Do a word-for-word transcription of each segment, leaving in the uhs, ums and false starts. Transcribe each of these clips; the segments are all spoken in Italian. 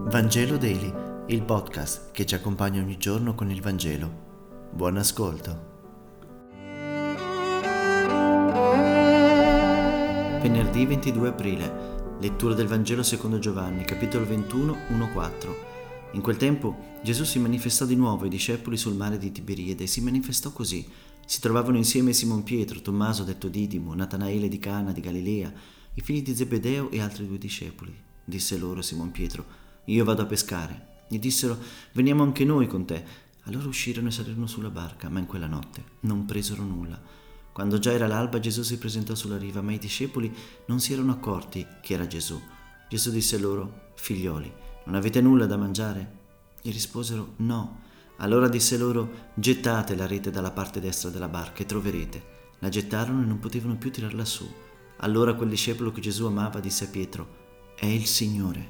Vangelo Daily, il podcast che ci accompagna ogni giorno con il Vangelo. Buon ascolto. Venerdì ventidue aprile, lettura del Vangelo secondo Giovanni, capitolo ventuno, uno quattro. In quel tempo Gesù si manifestò di nuovo ai discepoli sul mare di Tiberiade e si manifestò così. Si trovavano insieme Simon Pietro, Tommaso detto Didimo, Natanaele di Cana di Galilea, i figli di Zebedeo e altri due discepoli. Disse loro Simon Pietro: Io vado a pescare. Gli dissero: Veniamo anche noi con te. Allora uscirono e salirono sulla barca, ma in quella notte non presero nulla. Quando già era l'alba, Gesù si presentò sulla riva, ma i discepoli non si erano accorti che era Gesù. Gesù disse loro: Figlioli, non avete nulla da mangiare? Gli risposero: No. Allora disse loro: Gettate la rete dalla parte destra della barca e troverete. La gettarono e non potevano più tirarla su. Allora quel discepolo che Gesù amava disse a Pietro: È il Signore.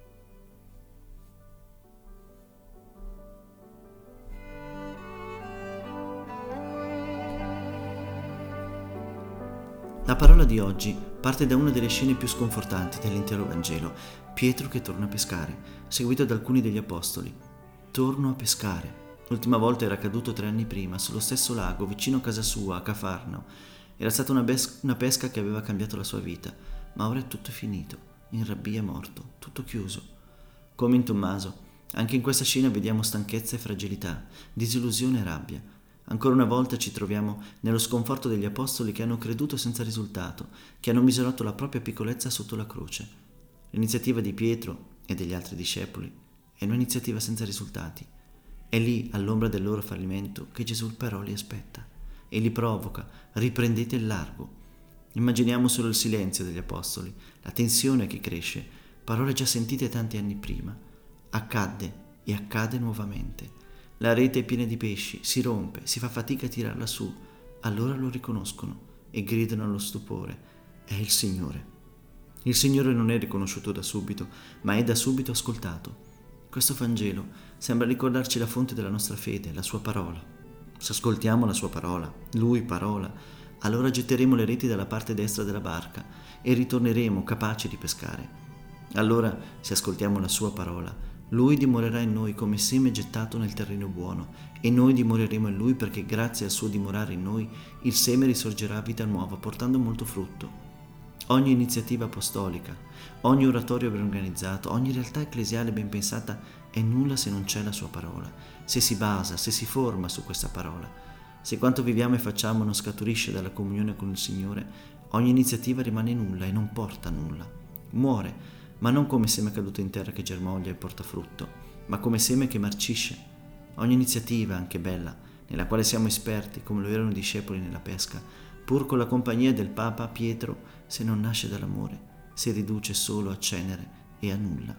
La parola di oggi parte da una delle scene più sconfortanti dell'intero Vangelo: Pietro che torna a pescare, seguito da alcuni degli apostoli. Torno a pescare. L'ultima volta era accaduto tre anni prima, sullo stesso lago, vicino a casa sua, a Cafarnao. Era stata una, bes- una pesca che aveva cambiato la sua vita, ma ora è tutto finito, in rabbia è morto, tutto chiuso. Come in Tommaso, anche in questa scena vediamo stanchezza e fragilità, disillusione e rabbia. Ancora una volta ci troviamo nello sconforto degli apostoli che hanno creduto senza risultato, che hanno misurato la propria piccolezza sotto la croce. L'iniziativa di Pietro e degli altri discepoli è un'iniziativa senza risultati. È lì, all'ombra del loro fallimento, che Gesù però li aspetta e li provoca: riprendete il largo. Immaginiamo solo il silenzio degli apostoli, la tensione che cresce, parole già sentite tanti anni prima. Accadde e accade nuovamente. La rete è piena di pesci, si rompe, si fa fatica a tirarla su. Allora lo riconoscono e gridano allo stupore: è il Signore. Il Signore non è riconosciuto da subito, ma è da subito ascoltato. Questo Vangelo sembra ricordarci la fonte della nostra fede, la sua parola. Se ascoltiamo la sua parola, Lui parola, allora getteremo le reti dalla parte destra della barca e ritorneremo capaci di pescare. Allora, se ascoltiamo la sua parola, Lui dimorerà in noi come seme gettato nel terreno buono, e noi dimoreremo in Lui perché grazie al suo dimorare in noi il seme risorgerà a vita nuova, portando molto frutto. Ogni iniziativa apostolica, ogni oratorio ben organizzato, ogni realtà ecclesiale ben pensata è nulla se non c'è la sua parola, se si basa, se si forma su questa parola. Se quanto viviamo e facciamo non scaturisce dalla comunione con il Signore, ogni iniziativa rimane nulla e non porta a nulla. Muore, ma non come seme caduto in terra che germoglia e porta frutto, ma come seme che marcisce. Ogni iniziativa, anche bella, nella quale siamo esperti, come lo erano i discepoli nella pesca, pur con la compagnia del Papa Pietro, se non nasce dall'amore, si riduce solo a cenere e a nulla.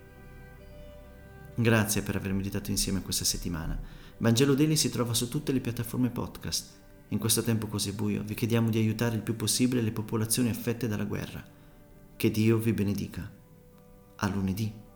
Grazie per aver meditato insieme questa settimana. Vangelo Daily si trova su tutte le piattaforme podcast. In questo tempo così buio vi chiediamo di aiutare il più possibile le popolazioni affette dalla guerra. Che Dio vi benedica. A lunedì.